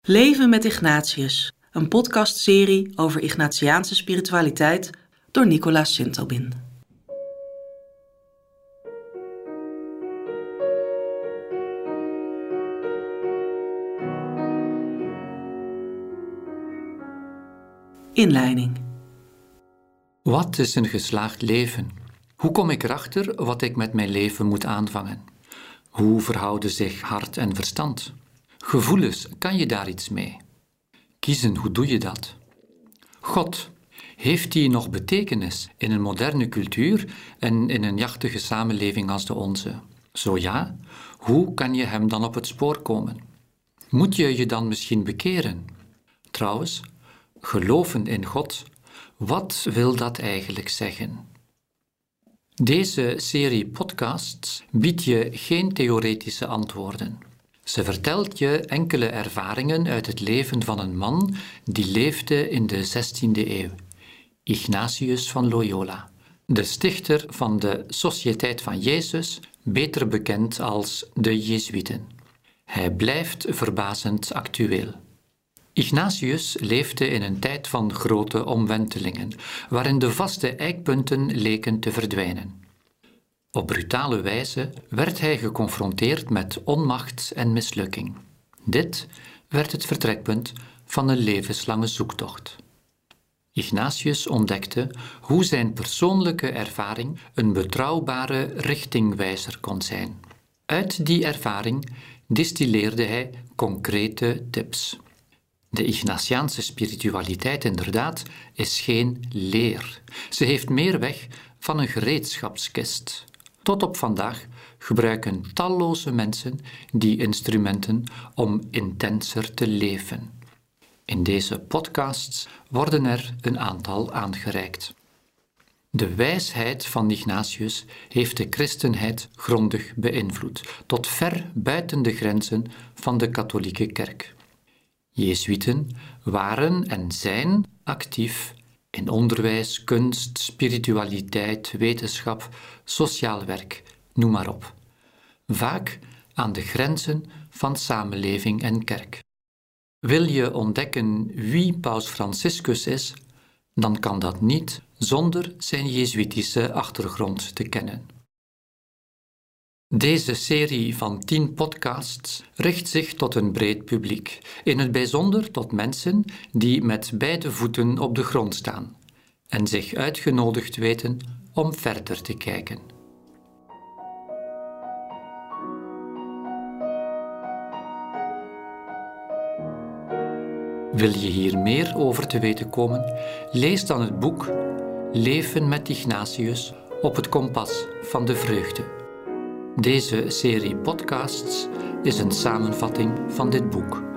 Leven met Ignatius, een podcastserie over Ignatiaanse spiritualiteit door Nicolaas Sintobin. Inleiding. Wat is een geslaagd leven? Hoe kom ik erachter wat ik met mijn leven moet aanvangen? Hoe verhouden zich hart en verstand? Gevoelens, kan je daar iets mee? Kiezen, hoe doe je dat? God, heeft die nog betekenis in een moderne cultuur en in een jachtige samenleving als de onze? Zo ja, hoe kan je hem dan op het spoor komen? Moet je je dan misschien bekeren? Trouwens, geloven in God, wat wil dat eigenlijk zeggen? Deze serie podcasts biedt je geen theoretische antwoorden. Ze vertelt je enkele ervaringen uit het leven van een man die leefde in de 16e eeuw, Ignatius van Loyola, de stichter van de Sociëteit van Jezus, beter bekend als de Jezuïeten. Hij blijft verbazend actueel. Ignatius leefde in een tijd van grote omwentelingen, waarin de vaste eikpunten leken te verdwijnen. Op brutale wijze werd hij geconfronteerd met onmacht en mislukking. Dit werd het vertrekpunt van een levenslange zoektocht. Ignatius ontdekte hoe zijn persoonlijke ervaring een betrouwbare richtingwijzer kon zijn. Uit die ervaring distilleerde hij concrete tips. De Ignatiaanse spiritualiteit inderdaad is geen leer. Ze heeft meer weg van een gereedschapskist. Tot op vandaag gebruiken talloze mensen die instrumenten om intenser te leven. In deze podcasts worden er een aantal aangereikt. De wijsheid van Ignatius heeft de christenheid grondig beïnvloed, tot ver buiten de grenzen van de katholieke kerk. Jezuïeten waren en zijn actief in onderwijs, kunst, spiritualiteit, wetenschap, sociaal werk, noem maar op. Vaak aan de grenzen van samenleving en kerk. Wil je ontdekken wie Paus Franciscus is, dan kan dat niet zonder zijn jezuïtische achtergrond te kennen. Deze serie van 10 podcasts richt zich tot een breed publiek, in het bijzonder tot mensen die met beide voeten op de grond staan en zich uitgenodigd weten om verder te kijken. Wil je hier meer over te weten komen? Lees dan het boek Leven met Ignatius op het kompas van de vreugde. Deze serie podcasts is een samenvatting van dit boek.